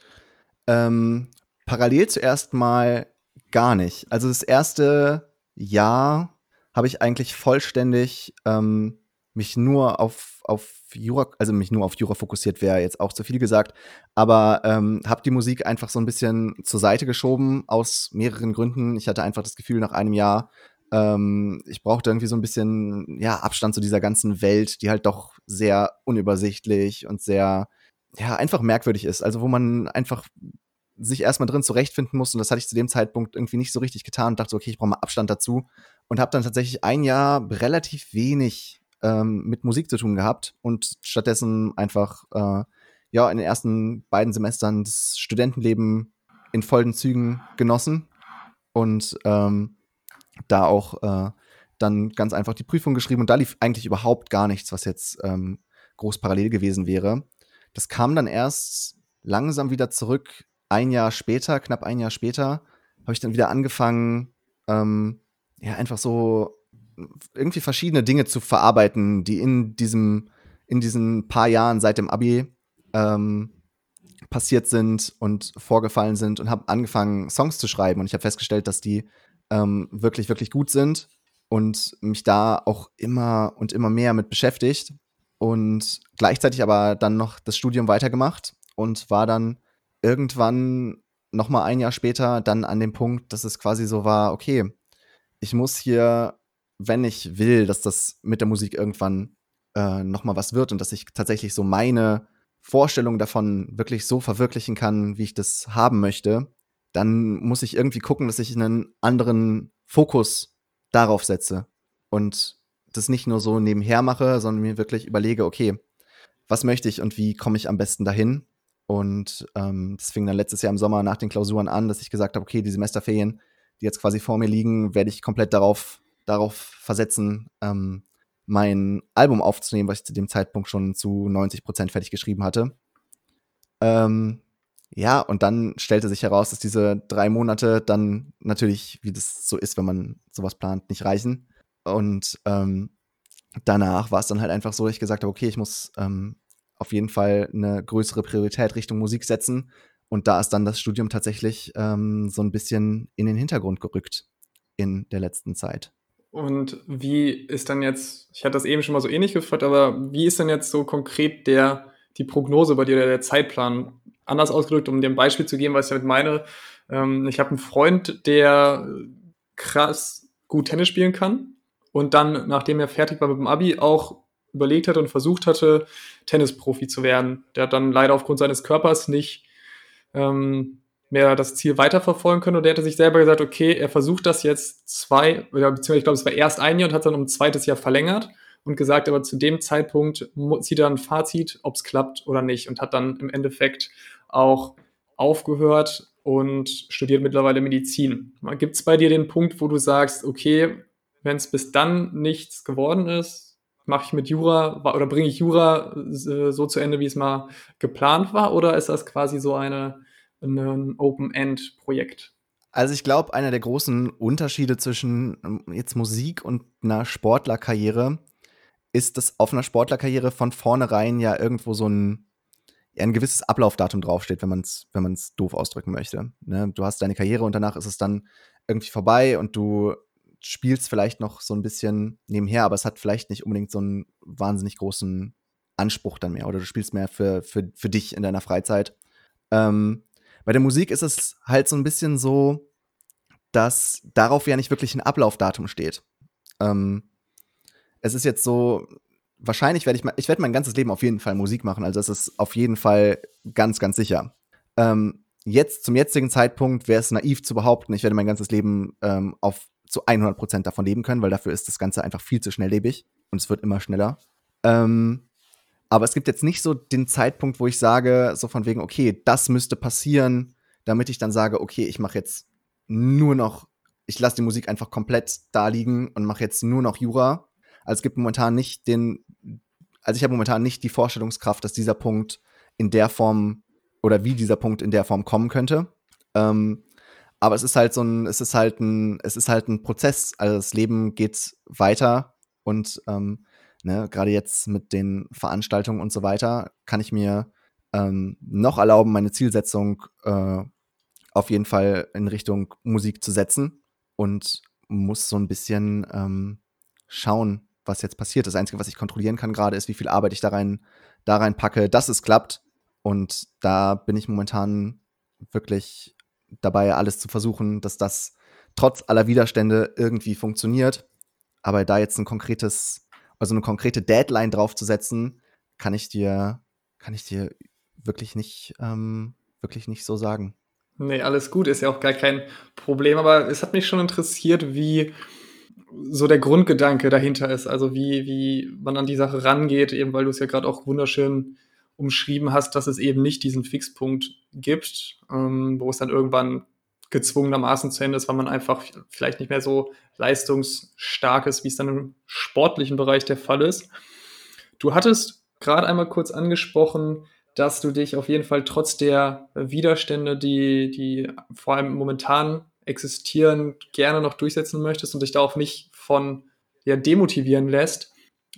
Speaker 2: Ähm, parallel zuerst mal gar nicht. Also das erste Jahr habe ich eigentlich vollständig ähm, mich nur auf, auf Jura, also mich nur auf Jura fokussiert, wäre jetzt auch zu viel gesagt, aber ähm, habe die Musik einfach so ein bisschen zur Seite geschoben aus mehreren Gründen. Ich hatte einfach das Gefühl, nach einem Jahr, ähm, ich brauchte irgendwie so ein bisschen ja, Abstand zu dieser ganzen Welt, die halt doch sehr unübersichtlich und sehr ja, einfach merkwürdig ist. Also, wo man einfach sich erstmal drin zurechtfinden muss. Und das hatte ich zu dem Zeitpunkt irgendwie nicht so richtig getan und dachte so, okay, ich brauche mal Abstand dazu. Und habe dann tatsächlich ein Jahr relativ wenig ähm, mit Musik zu tun gehabt und stattdessen einfach äh, ja in den ersten beiden Semestern das Studentenleben in vollen Zügen genossen und ähm, da auch äh, dann ganz einfach die Prüfung geschrieben. Und da lief eigentlich überhaupt gar nichts, was jetzt ähm, groß parallel gewesen wäre. Das kam dann erst langsam wieder zurück. Ein Jahr später, knapp ein Jahr später, habe ich dann wieder angefangen, ähm, ja, einfach so irgendwie verschiedene Dinge zu verarbeiten, die in diesem, in diesen paar Jahren seit dem Abi ähm, passiert sind und vorgefallen sind und habe angefangen, Songs zu schreiben. Und ich habe festgestellt, dass die ähm, wirklich, wirklich gut sind und mich da auch immer und immer mehr mit beschäftigt. Und gleichzeitig aber dann noch das Studium weitergemacht und war dann irgendwann noch mal ein Jahr später dann an dem Punkt, dass es quasi so war, okay, ich muss hier, wenn ich will, dass das mit der Musik irgendwann äh, noch mal was wird und dass ich tatsächlich so meine Vorstellung davon wirklich so verwirklichen kann, wie ich das haben möchte, dann muss ich irgendwie gucken, dass ich einen anderen Fokus darauf setze und das nicht nur so nebenher mache, sondern mir wirklich überlege, okay, was möchte ich und wie komme ich am besten dahin? Und ähm, das fing dann letztes Jahr im Sommer nach den Klausuren an, dass ich gesagt habe, okay, die Semesterferien, die jetzt quasi vor mir liegen, werde ich komplett darauf, darauf versetzen, ähm, mein Album aufzunehmen, was ich zu dem Zeitpunkt schon zu neunzig Prozent fertig geschrieben hatte. Ähm, ja, und dann stellte sich heraus, dass diese drei Monate dann natürlich, wie das so ist, wenn man sowas plant, nicht reichen. Und ähm, danach war es dann halt einfach so, dass ich gesagt habe, okay, ich muss ähm, auf jeden Fall eine größere Priorität Richtung Musik setzen. Und da ist dann das Studium tatsächlich ähm, so ein bisschen in den Hintergrund gerückt in der letzten Zeit.
Speaker 1: Und wie ist dann jetzt, ich hatte das eben schon mal so ähnlich gefragt, aber wie ist denn jetzt so konkret der, die Prognose bei dir, der, der Zeitplan? Anders ausgedrückt, um dir ein Beispiel zu geben, was ich damit meine. Ähm, ich habe einen Freund, der krass gut Tennis spielen kann und dann, nachdem er fertig war mit dem Abi, auch überlegt hatte und versucht hatte, Tennisprofi zu werden. Der hat dann leider aufgrund seines Körpers nicht ähm, mehr das Ziel weiterverfolgen können. Und der hätte sich selber gesagt, okay, er versucht das jetzt zwei, oder beziehungsweise ich glaube, es war erst ein Jahr und hat dann um ein zweites Jahr verlängert und gesagt, aber zu dem Zeitpunkt zieht er ein Fazit, ob es klappt oder nicht, und hat dann im Endeffekt auch aufgehört und studiert mittlerweile Medizin. Gibt es bei dir den Punkt, wo du sagst, okay, wenn es bis dann nichts geworden ist, mache ich mit Jura oder bringe ich Jura äh, so zu Ende, wie es mal geplant war, oder ist das quasi so eine ein Open-End-Projekt?
Speaker 2: Also ich glaube, einer der großen Unterschiede zwischen ähm, jetzt Musik und einer Sportlerkarriere ist, dass auf einer Sportlerkarriere von vornherein ja irgendwo so ein, ja, ein gewisses Ablaufdatum draufsteht, wenn man es wenn man's doof ausdrücken möchte. Ne? Du hast deine Karriere und danach ist es dann irgendwie vorbei und du spielst vielleicht noch so ein bisschen nebenher, aber es hat vielleicht nicht unbedingt so einen wahnsinnig großen Anspruch dann mehr oder du spielst mehr für, für, für dich in deiner Freizeit. Ähm, bei der Musik ist es halt so ein bisschen so, dass darauf ja nicht wirklich ein Ablaufdatum steht. Ähm, es ist jetzt so, wahrscheinlich werde ich mal, ich werde mein ganzes Leben auf jeden Fall Musik machen, also das ist auf jeden Fall ganz, ganz sicher. Ähm, jetzt, zum jetzigen Zeitpunkt wäre es naiv zu behaupten, ich werde mein ganzes Leben ähm, auf zu hundert Prozent davon leben können, weil dafür ist das Ganze einfach viel zu schnelllebig und es wird immer schneller. Ähm, aber es gibt jetzt nicht so den Zeitpunkt, wo ich sage, so von wegen, okay, das müsste passieren, damit ich dann sage, okay, ich mache jetzt nur noch, ich lasse die Musik einfach komplett da liegen und mache jetzt nur noch Jura. Also es gibt momentan nicht den, also ich habe momentan nicht die Vorstellungskraft, dass dieser Punkt in der Form oder wie dieser Punkt in der Form kommen könnte. Ähm, aber es ist halt so ein, es ist halt ein, es ist halt ein Prozess. Also das Leben geht weiter und ähm, ne, gerade jetzt mit den Veranstaltungen und so weiter kann ich mir ähm, noch erlauben, meine Zielsetzung äh, auf jeden Fall in Richtung Musik zu setzen und muss so ein bisschen ähm, schauen, was jetzt passiert. Das Einzige, was ich kontrollieren kann gerade, ist, wie viel Arbeit ich da rein, da rein packe, dass es klappt. Und da bin ich momentan wirklich dabei, alles zu versuchen, dass das trotz aller Widerstände irgendwie funktioniert. Aber da jetzt ein konkretes, also eine konkrete Deadline draufzusetzen, kann ich dir, kann ich dir wirklich nicht, ähm, wirklich nicht so sagen.
Speaker 1: Nee, alles gut, ist ja auch gar kein Problem, aber es hat mich schon interessiert, wie so der Grundgedanke dahinter ist, also wie, wie man an die Sache rangeht, eben weil du es ja gerade auch wunderschön umschrieben hast, dass es eben nicht diesen Fixpunkt gibt, ähm, wo es dann irgendwann gezwungenermaßen zu Ende ist, weil man einfach vielleicht nicht mehr so leistungsstark ist, wie es dann im sportlichen Bereich der Fall ist. Du hattest gerade einmal kurz angesprochen, dass du dich auf jeden Fall trotz der Widerstände, die, die vor allem momentan existieren, gerne noch durchsetzen möchtest und dich da auch nicht von ja, demotivieren lässt.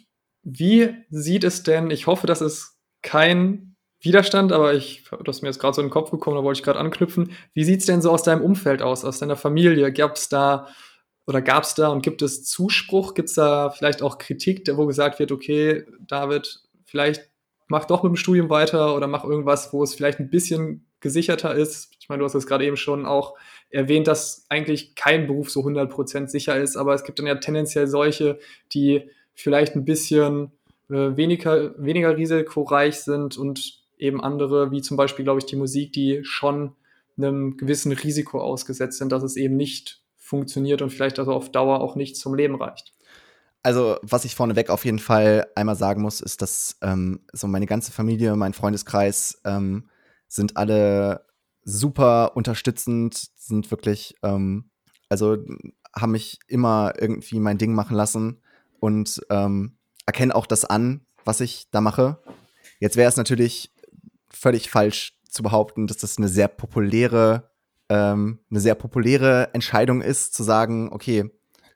Speaker 1: Wie sieht es denn, ich hoffe, das ist kein Widerstand, aber ich, das ist mir jetzt gerade so in den Kopf gekommen, da wollte ich gerade anknüpfen. Wie sieht es denn so aus deinem Umfeld aus, aus deiner Familie? Gab es da oder gab es da und gibt es Zuspruch? Gibt es da vielleicht auch Kritik, wo gesagt wird, okay, David, vielleicht mach doch mit dem Studium weiter oder mach irgendwas, wo es vielleicht ein bisschen gesicherter ist? Ich meine, du hast es gerade eben schon auch erwähnt, dass eigentlich kein Beruf so hundert Prozent sicher ist, aber es gibt dann ja tendenziell solche, die vielleicht ein bisschen äh, weniger, weniger risikoreich sind und eben andere, wie zum Beispiel, glaube ich, die Musik, die schon einem gewissen Risiko ausgesetzt sind, dass es eben nicht funktioniert und vielleicht also auf Dauer auch nicht zum Leben reicht.
Speaker 2: Also, was ich vorneweg auf jeden Fall einmal sagen muss, ist, dass ähm, so meine ganze Familie, mein Freundeskreis ähm, sind alle super unterstützend, sind wirklich, ähm, also haben mich immer irgendwie mein Ding machen lassen und ähm, erkennen auch das an, was ich da mache. Jetzt wäre es natürlich völlig falsch zu behaupten, dass das eine sehr populäre, ähm, eine sehr populäre Entscheidung ist, zu sagen, okay,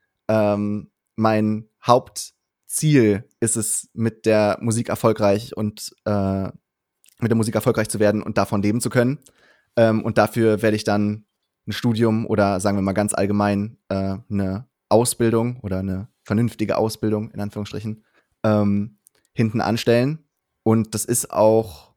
Speaker 2: ähm, mein Hauptziel ist es, mit der Musik erfolgreich und äh, mit der Musik erfolgreich zu werden und davon leben zu können. Ähm, und dafür werde ich dann ein Studium oder sagen wir mal ganz allgemein äh, eine Ausbildung oder eine vernünftige Ausbildung in Anführungsstrichen ähm, hinten anstellen. Und das ist auch,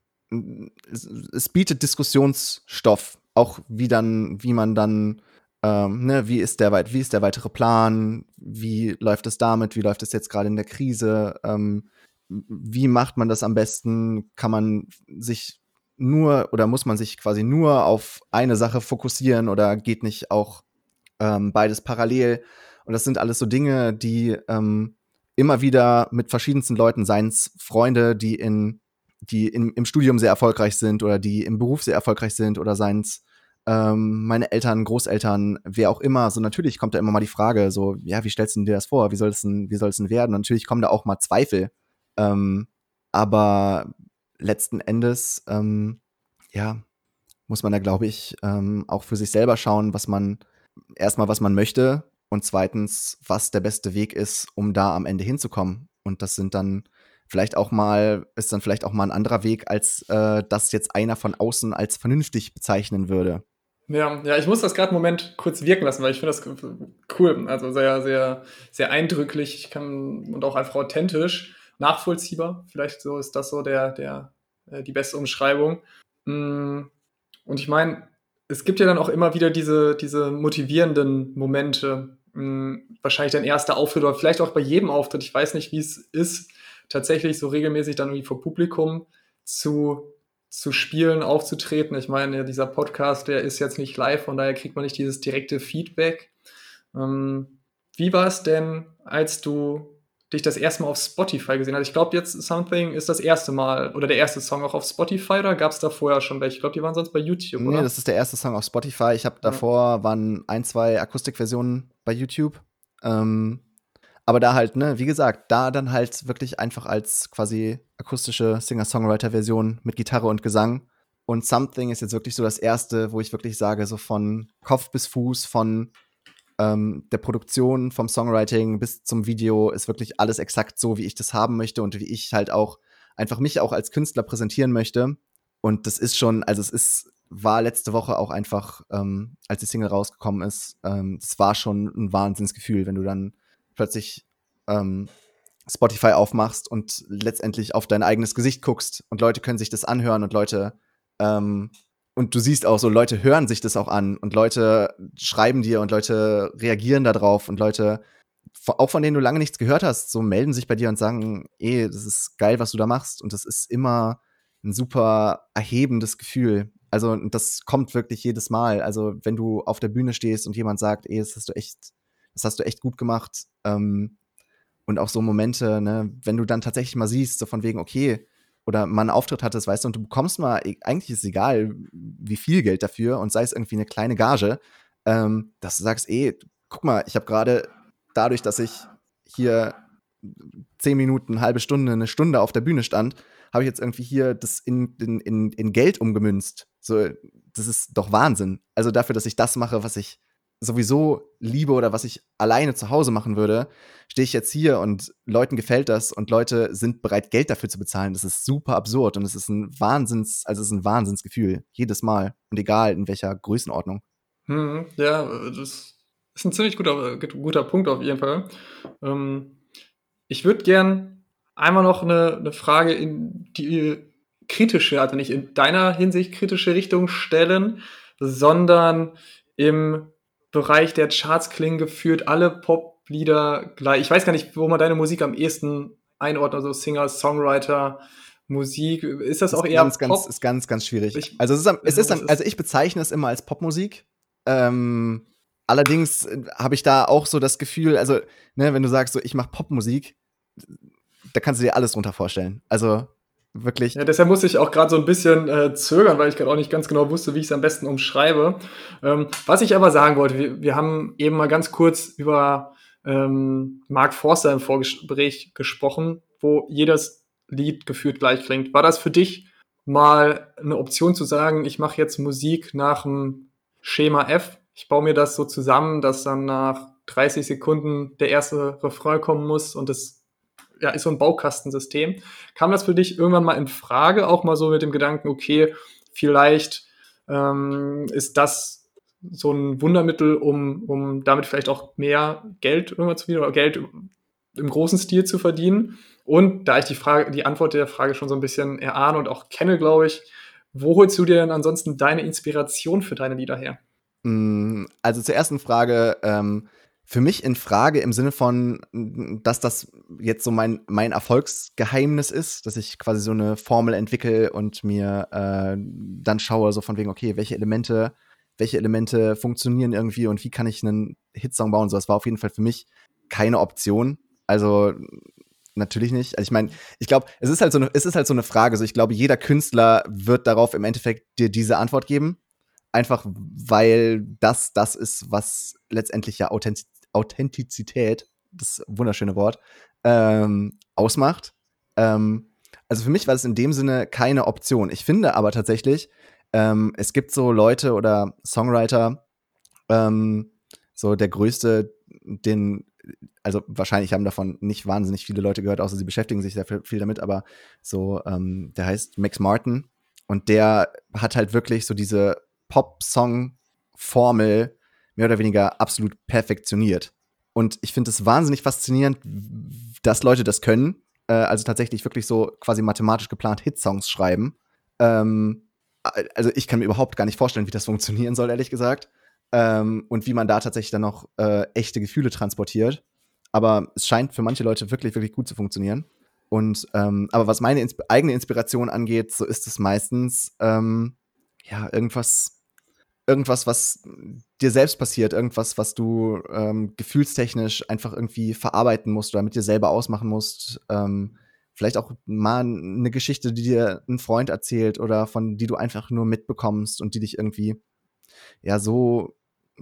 Speaker 2: es, es bietet Diskussionsstoff, auch wie dann, wie man dann ähm, ne, wie ist der weit, wie ist der weitere Plan, wie läuft es damit, wie läuft es jetzt gerade in der Krise, ähm, wie macht man das am besten, kann man sich nur oder muss man sich quasi nur auf eine Sache fokussieren oder geht nicht auch ähm, beides parallel? Und das sind alles so Dinge, die ähm, immer wieder mit verschiedensten Leuten, seien es Freunde, die in die in, im Studium sehr erfolgreich sind oder die im Beruf sehr erfolgreich sind oder seien es ähm, meine Eltern, Großeltern, wer auch immer, so natürlich kommt da immer mal die Frage, so, ja, wie stellst du dir das vor? Wie soll es denn, wie soll es denn werden? Und natürlich kommen da auch mal Zweifel. Ähm, aber letzten Endes, ähm, ja, muss man da, glaube ich, ähm, auch für sich selber schauen, was man, erstmal, was man möchte und zweitens, was der beste Weg ist, um da am Ende hinzukommen. Und das sind dann vielleicht auch mal, ist dann vielleicht auch mal ein anderer Weg, als äh, das jetzt einer von außen als vernünftig bezeichnen würde.
Speaker 1: Ja, ja, ich muss das gerade einen Moment kurz wirken lassen, weil ich finde das cool, also sehr, sehr, sehr eindrücklich. Ich kann und auch einfach authentisch, nachvollziehbar. Vielleicht so ist das so der, der, äh, die beste Umschreibung. Mm, Und ich meine, es gibt ja dann auch immer wieder diese, diese motivierenden Momente. Mm, Wahrscheinlich dein erster Auftritt oder vielleicht auch bei jedem Auftritt. Ich weiß nicht, wie es ist tatsächlich so regelmäßig dann irgendwie vor Publikum zu, zu spielen, aufzutreten. Ich meine, dieser Podcast, der ist jetzt nicht live, von daher kriegt man nicht dieses direkte Feedback. Ähm, wie war es denn, als du dich das erste Mal auf Spotify gesehen hast? Ich glaube, jetzt Something ist das erste Mal oder der erste Song auch auf Spotify, oder gab es da vorher schon welche? Ich glaube, die waren sonst bei YouTube,
Speaker 2: Nee,
Speaker 1: oder?
Speaker 2: das ist der erste Song auf Spotify. Ich habe davor, waren ein, zwei Akustikversionen bei YouTube. Ähm, aber da halt, ne, wie gesagt, da dann halt wirklich einfach als quasi akustische Singer-Songwriter-Version mit Gitarre und Gesang. Und Something ist jetzt wirklich so das erste, wo ich wirklich sage, so von Kopf bis Fuß, von ähm, der Produktion, vom Songwriting bis zum Video ist wirklich alles exakt so, wie ich das haben möchte und wie ich halt auch einfach mich auch als Künstler präsentieren möchte. Und das ist schon, also es ist, war letzte Woche auch einfach, ähm, als die Single rausgekommen ist, ähm, das war schon ein Wahnsinnsgefühl, wenn du dann plötzlich ähm, Spotify aufmachst und letztendlich auf dein eigenes Gesicht guckst und Leute können sich das anhören und Leute ähm, und du siehst auch so, Leute hören sich das auch an und Leute schreiben dir und Leute reagieren darauf und Leute, auch von denen du lange nichts gehört hast, so melden sich bei dir und sagen, ey, das ist geil, was du da machst. Und das ist immer ein super erhebendes Gefühl. Also das kommt wirklich jedes Mal. Also wenn du auf der Bühne stehst und jemand sagt, ey, das hast du echt, das hast du echt gut gemacht. Ähm, und auch so Momente, ne, wenn du dann tatsächlich mal siehst, so von wegen, okay, oder mal einen Auftritt hattest, weißt du, und du bekommst mal, eigentlich ist es egal, wie viel Geld dafür und sei es irgendwie eine kleine Gage, ähm, dass du sagst, ey, guck mal, ich habe gerade dadurch, dass ich hier zehn Minuten, eine halbe Stunde, eine Stunde auf der Bühne stand, habe ich jetzt irgendwie hier das in, in, in, in Geld umgemünzt. So, das ist doch Wahnsinn. Also dafür, dass ich das mache, was ich sowieso liebe oder was ich alleine zu Hause machen würde, stehe ich jetzt hier und Leuten gefällt das und Leute sind bereit, Geld dafür zu bezahlen. Das ist super absurd und es ist ein Wahnsinns, also es ist ein Wahnsinnsgefühl. Jedes Mal. Und egal in welcher Größenordnung.
Speaker 1: Hm, ja, das ist ein ziemlich guter, guter Punkt auf jeden Fall. Ähm, ich würde gern einmal noch eine, eine Frage in die kritische, also nicht in deiner Hinsicht kritische Richtung stellen, sondern im Bereich der Charts klingen gefühlt alle Poplieder gleich. Ich weiß gar nicht, wo man deine Musik am ehesten einordnet, also Singer, Songwriter, Musik. Ist das auch
Speaker 2: Ist
Speaker 1: eher
Speaker 2: ganz, ganz,
Speaker 1: Pop?
Speaker 2: ist ganz, ganz schwierig.
Speaker 1: Ich,
Speaker 2: Also es ist, am- es ist,
Speaker 1: das
Speaker 2: am- also ich bezeichne es immer als Popmusik. Ähm, allerdings äh, habe ich da auch so das Gefühl, also, ne, wenn du sagst, so ich mache Popmusik, da kannst du dir alles drunter vorstellen. Also wirklich.
Speaker 1: Ja, deshalb musste ich auch gerade so ein bisschen äh, zögern, weil ich gerade auch nicht ganz genau wusste, wie ich es am besten umschreibe. Ähm, was ich aber sagen wollte, wir, wir haben eben mal ganz kurz über ähm, Mark Forster im Vorgespräch gesprochen, wo jedes Lied gefühlt gleich klingt. War das für dich mal eine Option zu sagen, ich mache jetzt Musik nach dem Schema F? Ich baue mir das so zusammen, dass dann nach dreißig Sekunden der erste Refrain kommen muss und das ja, ist so ein Baukastensystem. Kam das für dich irgendwann mal in Frage, auch mal so mit dem Gedanken, okay, vielleicht ähm, ist das so ein Wundermittel, um, um damit vielleicht auch mehr Geld irgendwann zu verdienen oder Geld im großen Stil zu verdienen? Und da ich die Frage, die Antwort der Frage schon so ein bisschen erahne und auch kenne, glaube ich, wo holst du dir denn ansonsten deine Inspiration für deine Lieder her?
Speaker 2: Mm, Also zur ersten Frage, ähm, für mich in Frage im Sinne von, mm, dass das jetzt so mein, mein Erfolgsgeheimnis ist, dass ich quasi so eine Formel entwickle und mir äh, dann schaue, so von wegen, okay, welche Elemente, welche Elemente funktionieren irgendwie und wie kann ich einen Hitsong bauen. So, das war auf jeden Fall für mich keine Option. Also natürlich nicht. Also ich meine, ich glaube, es ist halt so eine, es ist halt so eine Frage. So, ich glaube, jeder Künstler wird darauf im Endeffekt dir diese Antwort geben. Einfach weil das das ist, was letztendlich ja Authentiz Authentizität, das wunderschöne Wort, ähm, ausmacht. Ähm, also für mich war es in dem Sinne keine Option. Ich finde aber tatsächlich, ähm, es gibt so Leute oder Songwriter, ähm, so der größte, den, also wahrscheinlich haben davon nicht wahnsinnig viele Leute gehört, außer sie beschäftigen sich sehr viel damit, aber so, ähm, der heißt Max Martin und der hat halt wirklich so diese Pop-Song-Formel mehr oder weniger absolut perfektioniert. Und ich finde es wahnsinnig faszinierend, dass Leute das können, äh, also tatsächlich wirklich so quasi mathematisch geplant Hitsongs schreiben. Ähm, also ich kann mir überhaupt gar nicht vorstellen, wie das funktionieren soll, ehrlich gesagt. Ähm, und wie man da tatsächlich dann noch äh, echte Gefühle transportiert. Aber es scheint für manche Leute wirklich, wirklich gut zu funktionieren. Und ähm, aber was meine ins- eigene Inspiration angeht, so ist es meistens ähm, ja irgendwas, irgendwas, was dir selbst passiert, irgendwas, was du ähm, gefühlstechnisch einfach irgendwie verarbeiten musst oder mit dir selber ausmachen musst. Ähm, vielleicht auch mal eine Geschichte, die dir ein Freund erzählt oder von die du einfach nur mitbekommst und die dich irgendwie ja so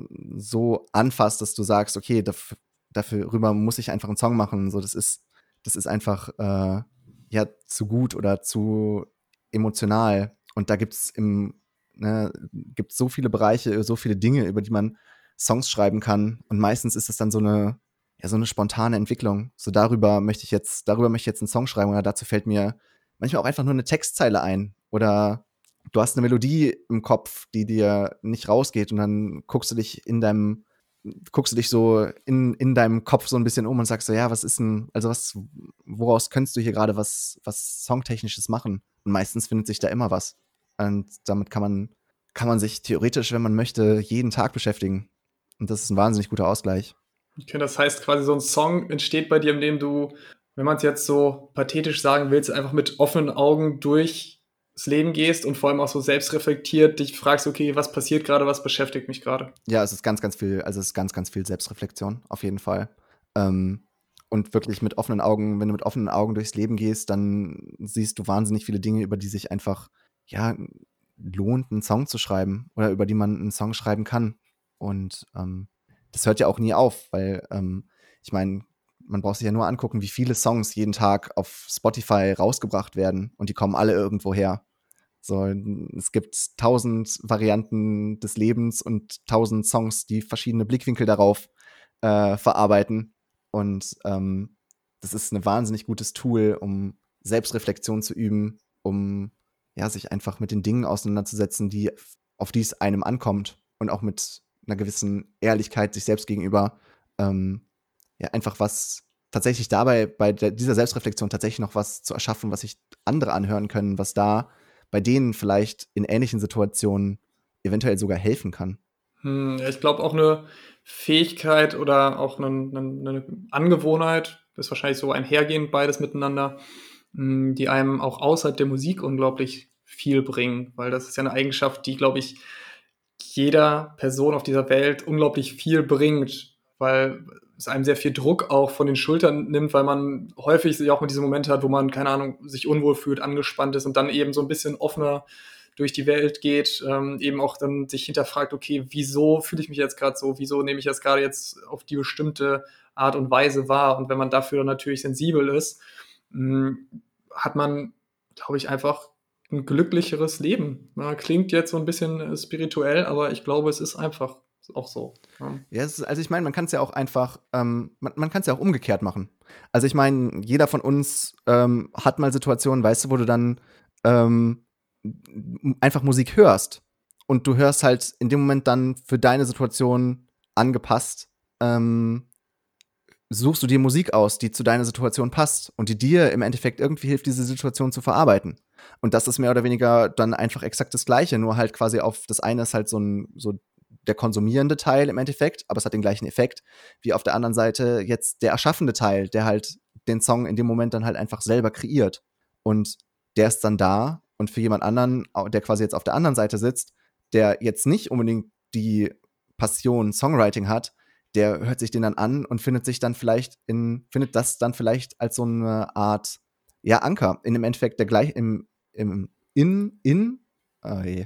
Speaker 2: so anfasst, dass du sagst, okay, dafür, dafür rüber muss ich einfach einen Song machen. So, das ist, das ist einfach äh, ja zu gut oder zu emotional. Und da gibt's im, ne, gibt's so viele Bereiche, so viele Dinge, über die man Songs schreiben kann. Und meistens ist es dann so eine, ja, so eine spontane Entwicklung. So darüber möchte ich jetzt, darüber möchte ich jetzt einen Song schreiben oder dazu fällt mir manchmal auch einfach nur eine Textzeile ein oder du hast eine Melodie im Kopf, die dir nicht rausgeht und dann guckst du dich in deinem guckst du dich so in, in deinem Kopf so ein bisschen um und sagst so, ja, was ist denn, also was, woraus könntest du hier gerade was, was Songtechnisches machen? Und meistens findet sich da immer was. Und damit kann man, kann man sich theoretisch, wenn man möchte, jeden Tag beschäftigen. Und das ist ein wahnsinnig guter Ausgleich.
Speaker 1: Okay, das heißt quasi, so ein Song entsteht bei dir, in dem du, wenn man es jetzt so pathetisch sagen willst, einfach mit offenen Augen durchs Leben gehst und vor allem auch so selbstreflektiert dich fragst, okay, was passiert gerade, was beschäftigt mich gerade?
Speaker 2: Ja, es ist ganz, ganz viel, also es ist ganz, ganz viel Selbstreflexion, auf jeden Fall. Ähm, und wirklich mit offenen Augen, wenn du mit offenen Augen durchs Leben gehst, dann siehst du wahnsinnig viele Dinge, über die sich einfach, ja, lohnt, einen Song zu schreiben oder über die man einen Song schreiben kann. Und ähm, das hört ja auch nie auf, weil ähm, ich meine, man braucht sich ja nur angucken, wie viele Songs jeden Tag auf Spotify rausgebracht werden und die kommen alle irgendwo her. So, es gibt tausend Varianten des Lebens und tausend Songs, die verschiedene Blickwinkel darauf äh, verarbeiten. Und ähm, das ist ein wahnsinnig gutes Tool, um Selbstreflexion zu üben, um ja, sich einfach mit den Dingen auseinanderzusetzen, die, auf die es einem ankommt und auch mit einer gewissen Ehrlichkeit sich selbst gegenüber ähm, ja, einfach was tatsächlich dabei, bei der, dieser Selbstreflexion tatsächlich noch was zu erschaffen, was sich andere anhören können, was da bei denen vielleicht in ähnlichen Situationen eventuell sogar helfen kann.
Speaker 1: Hm, ja, ich glaube auch eine Fähigkeit oder auch eine, eine, eine Angewohnheit, ist wahrscheinlich so einhergehend beides miteinander, hm, die einem auch außerhalb der Musik unglaublich viel bringen, weil das ist ja eine Eigenschaft, die, glaube ich, jeder Person auf dieser Welt unglaublich viel bringt, weil es einem sehr viel Druck auch von den Schultern nimmt, weil man häufig sich auch mit diesen Momente hat, wo man, keine Ahnung, sich unwohl fühlt, angespannt ist und dann eben so ein bisschen offener durch die Welt geht, ähm, eben auch dann sich hinterfragt, okay, wieso fühle ich mich jetzt gerade so, wieso nehme ich das gerade jetzt auf die bestimmte Art und Weise wahr? Und wenn man dafür natürlich sensibel ist, mh, hat man, glaube ich, einfach ein glücklicheres Leben. Ja, klingt jetzt so ein bisschen äh, spirituell, aber ich glaube, es ist einfach auch so. Ja.
Speaker 2: Ja, es ist, also ich meine, man kann es ja auch einfach, ähm, man, man kann es ja auch umgekehrt machen. Also ich meine, jeder von uns ähm, hat mal Situationen, weißt du, wo du dann ähm, m- einfach Musik hörst und du hörst halt in dem Moment dann für deine Situation angepasst, ähm, suchst du dir Musik aus, die zu deiner Situation passt und die dir im Endeffekt irgendwie hilft, diese Situation zu verarbeiten. Und das ist mehr oder weniger dann einfach exakt das Gleiche, nur halt quasi auf das eine ist halt so ein so der konsumierende Teil im Endeffekt, aber es hat den gleichen Effekt wie auf der anderen Seite jetzt der erschaffende Teil, der halt den Song in dem Moment dann halt einfach selber kreiert. Und der ist dann da und für jemand anderen, au- der quasi jetzt auf der anderen Seite sitzt, der jetzt nicht unbedingt die Passion Songwriting hat, der hört sich den dann an und findet sich dann vielleicht in, findet das dann vielleicht als so eine Art, ja, Anker. In dem Endeffekt der gleich, im, im, in, in, oh je.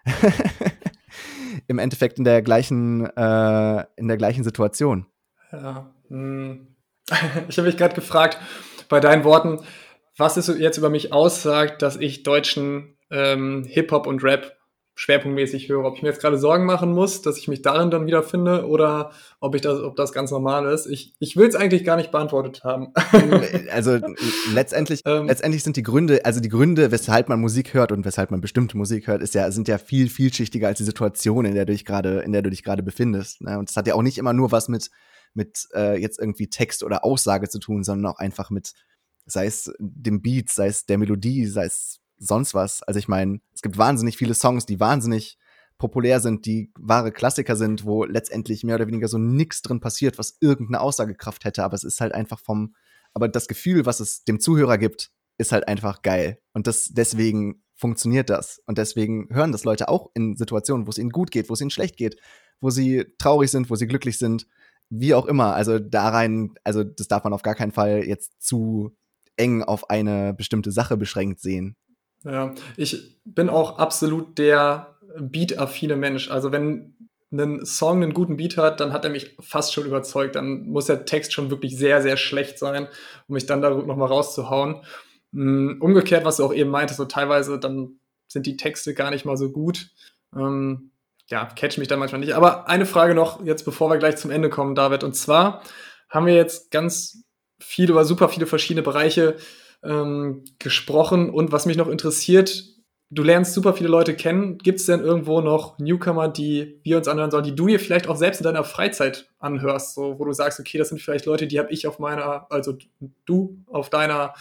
Speaker 2: Im Endeffekt in der gleichen, äh, in der gleichen Situation.
Speaker 1: Ja, hm. Ich habe mich gerade gefragt, bei deinen Worten, was es jetzt über mich aussagt, dass ich deutschen ähm, Hip-Hop und Rap schwerpunktmäßig höre. Ob ich mir jetzt gerade Sorgen machen muss, dass ich mich darin dann wiederfinde oder ob ich das, ob das ganz normal ist. Ich, ich will es eigentlich gar nicht beantwortet haben.
Speaker 2: Also letztendlich,
Speaker 1: ähm,
Speaker 2: letztendlich sind die Gründe, also die Gründe, weshalb man Musik hört und weshalb man bestimmte Musik hört, ist ja, sind ja viel vielschichtiger als die Situation, in der du dich gerade, in der du dich gerade befindest. Ne? Und das hat ja auch nicht immer nur was mit, mit äh, jetzt irgendwie Text oder Aussage zu tun, sondern auch einfach mit, sei es dem Beat, sei es der Melodie, sei es sonst was. Also ich meine, es gibt wahnsinnig viele Songs, die wahnsinnig populär sind, die wahre Klassiker sind, wo letztendlich mehr oder weniger so nix drin passiert, was irgendeine Aussagekraft hätte, aber es ist halt einfach vom aber das Gefühl, was es dem Zuhörer gibt, ist halt einfach geil. Und das, deswegen funktioniert das. Und deswegen hören das Leute auch in Situationen, wo es ihnen gut geht, wo es ihnen schlecht geht, wo sie traurig sind, wo sie glücklich sind, wie auch immer. Also da rein, also das darf man auf gar keinen Fall jetzt zu eng auf eine bestimmte Sache beschränkt sehen.
Speaker 1: Ja, ich bin auch absolut der beat-affine Mensch. Also wenn ein Song einen guten Beat hat, dann hat er mich fast schon überzeugt. Dann muss der Text schon wirklich sehr, sehr schlecht sein, um mich dann da nochmal rauszuhauen. Mm, Umgekehrt, was du auch eben meintest, so teilweise dann sind die Texte gar nicht mal so gut. Ähm, ja, catch mich dann manchmal nicht. Aber eine Frage noch, jetzt bevor wir gleich zum Ende kommen, David. Und zwar haben wir jetzt ganz viel über super viele verschiedene Bereiche ähm, gesprochen. Und was mich noch interessiert, du lernst super viele Leute kennen. Gibt es denn irgendwo noch Newcomer, die wir uns anhören sollen, die du dir vielleicht auch selbst in deiner Freizeit anhörst, so, wo du sagst, okay, das sind vielleicht Leute, die habe ich auf meiner, also du auf deiner,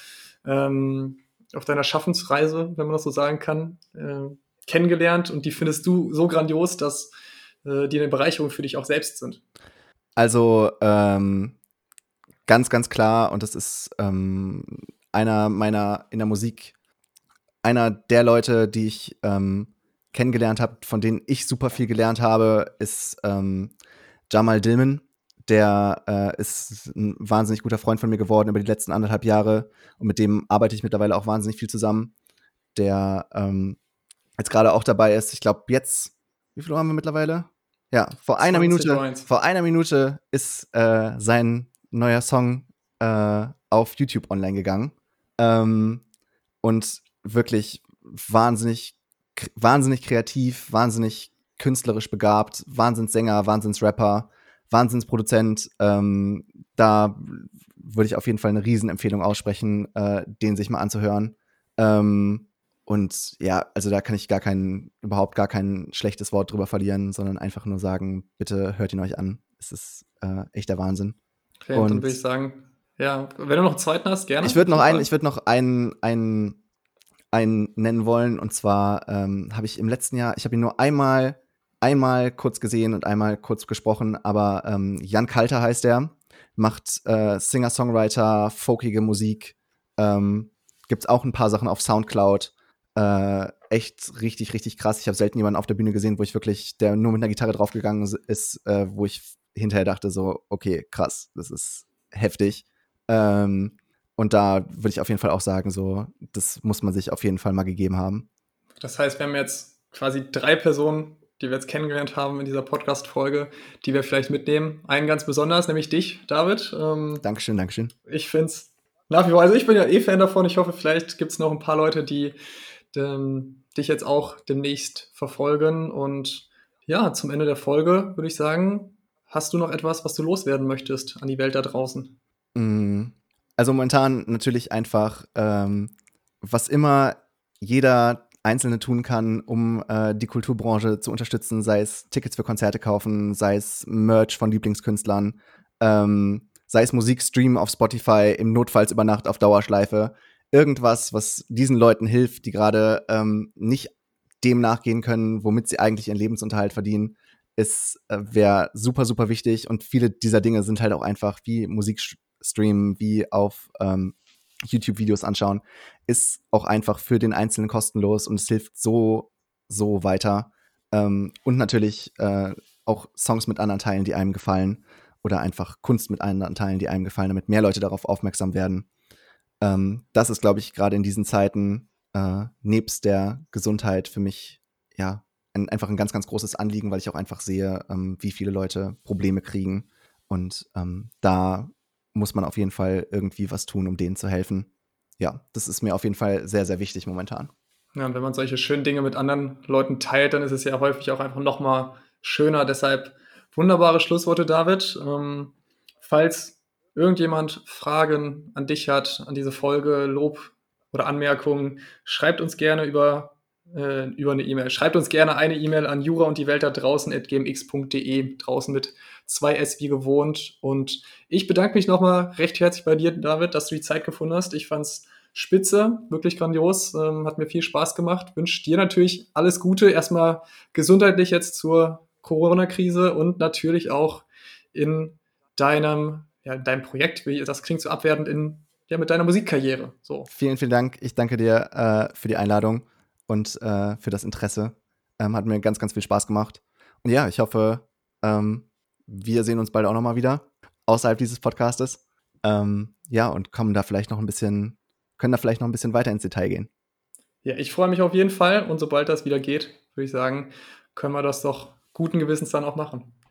Speaker 1: ähm, auf deiner Schaffensreise, wenn man das so sagen kann, äh, kennengelernt und die findest du so grandios, dass äh, die eine Bereicherung für dich auch selbst sind?
Speaker 2: Also ähm, ganz, ganz klar, und das ist ähm, einer meiner in der Musik, einer der Leute, die ich ähm, kennengelernt habe, von denen ich super viel gelernt habe, ist ähm, Jamal Dillman. Der äh, ist ein wahnsinnig guter Freund von mir geworden über die letzten anderthalb Jahre und mit dem arbeite ich mittlerweile auch wahnsinnig viel zusammen. Der ähm, jetzt gerade auch dabei ist, ich glaube jetzt, wie viel Uhr haben wir mittlerweile? Ja, vor einer Minute, vor einer Minute ist äh, sein neuer Song äh, auf YouTube online gegangen. Ähm, und wirklich wahnsinnig, wahnsinnig kreativ, wahnsinnig künstlerisch begabt, Wahnsinnssänger, Wahnsinnsrapper, Wahnsinnsproduzent. Ähm, da würde ich auf jeden Fall eine Riesenempfehlung aussprechen, äh, den sich mal anzuhören. Ähm, und ja, also da kann ich gar kein, überhaupt gar kein schlechtes Wort drüber verlieren, sondern einfach nur sagen, bitte hört ihn euch an. Es ist äh, echter Wahnsinn.
Speaker 1: Okay, und dann würde ich sagen, ja, wenn du noch einen zweiten hast, gerne.
Speaker 2: Ich würde noch einen, ich würde noch einen, einen, einen nennen wollen. Und zwar ähm, habe ich im letzten Jahr, ich habe ihn nur einmal, einmal kurz gesehen und einmal kurz gesprochen, aber ähm, Jan Kalter heißt er, macht äh, Singer-Songwriter, folkige Musik, ähm, gibt's auch ein paar Sachen auf Soundcloud. Äh, echt richtig, richtig krass. Ich habe selten jemanden auf der Bühne gesehen, wo ich wirklich, der nur mit einer Gitarre draufgegangen ist, äh, wo ich hinterher dachte so, okay, krass, das ist heftig. Ähm, und da würde ich auf jeden Fall auch sagen, so, das muss man sich auf jeden Fall mal gegeben haben.
Speaker 1: Das heißt, wir haben jetzt quasi drei Personen, die wir jetzt kennengelernt haben in dieser Podcast-Folge, die wir vielleicht mitnehmen. Einen ganz besonders, nämlich dich, David. Ähm,
Speaker 2: Dankeschön, Dankeschön.
Speaker 1: Ich finde es nach wie vor, also ich bin ja eh Fan davon. Ich hoffe, vielleicht gibt es noch ein paar Leute, die ähm, dich jetzt auch demnächst verfolgen. Und ja, zum Ende der Folge würde ich sagen, hast du noch etwas, was du loswerden möchtest an die Welt da draußen?
Speaker 2: Also momentan natürlich einfach, ähm, was immer jeder Einzelne tun kann, um äh, die Kulturbranche zu unterstützen, sei es Tickets für Konzerte kaufen, sei es Merch von Lieblingskünstlern, ähm, sei es Musik streamen auf Spotify, im Notfalls über Nacht auf Dauerschleife. Irgendwas, was diesen Leuten hilft, die gerade ähm, nicht dem nachgehen können, womit sie eigentlich ihren Lebensunterhalt verdienen, ist äh, wäre super, super wichtig. Und viele dieser Dinge sind halt auch einfach wie Musik streamen, wie auf ähm, YouTube-Videos anschauen, ist auch einfach für den Einzelnen kostenlos und es hilft so, so weiter. Ähm, und natürlich äh, auch Songs mit anderen Teilen, die einem gefallen oder einfach Kunst mit anderen Teilen, die einem gefallen, damit mehr Leute darauf aufmerksam werden. Ähm, das ist, glaube ich, gerade in diesen Zeiten äh, nebst der Gesundheit für mich ja ein, einfach ein ganz, ganz großes Anliegen, weil ich auch einfach sehe, ähm, wie viele Leute Probleme kriegen und ähm, da muss man auf jeden Fall irgendwie was tun, um denen zu helfen. Ja, das ist mir auf jeden Fall sehr, sehr wichtig momentan.
Speaker 1: Ja, und wenn man solche schönen Dinge mit anderen Leuten teilt, dann ist es ja häufig auch einfach noch mal schöner. Deshalb wunderbare Schlussworte, David. Ähm, falls irgendjemand Fragen an dich hat, an diese Folge, Lob oder Anmerkungen, schreibt uns gerne über, äh, über eine E-Mail. Schreibt uns gerne eine E-Mail an jura und die Welt da draußen at gmx punkt de, draußen mit zwei S wie gewohnt. Und ich bedanke mich nochmal recht herzlich bei dir, David, dass du die Zeit gefunden hast. Ich fand's spitze, wirklich grandios, ähm, hat mir viel Spaß gemacht. Wünsche dir natürlich alles Gute, erstmal gesundheitlich jetzt zur Corona-Krise und natürlich auch in deinem ja, deinem Projekt, wie, das klingt so abwertend, in, ja, mit deiner Musikkarriere. So.
Speaker 2: Vielen, vielen Dank. Ich danke dir äh, für die Einladung und äh, für das Interesse. Ähm, hat mir ganz, ganz viel Spaß gemacht. Und ja, ich hoffe, ähm, wir sehen uns bald auch nochmal wieder außerhalb dieses Podcastes. Ähm, ja, und kommen da vielleicht noch ein bisschen, können da vielleicht noch ein bisschen weiter ins Detail gehen.
Speaker 1: Ja, ich freue mich auf jeden Fall und sobald das wieder geht, würde ich sagen, können wir das doch guten Gewissens dann auch machen.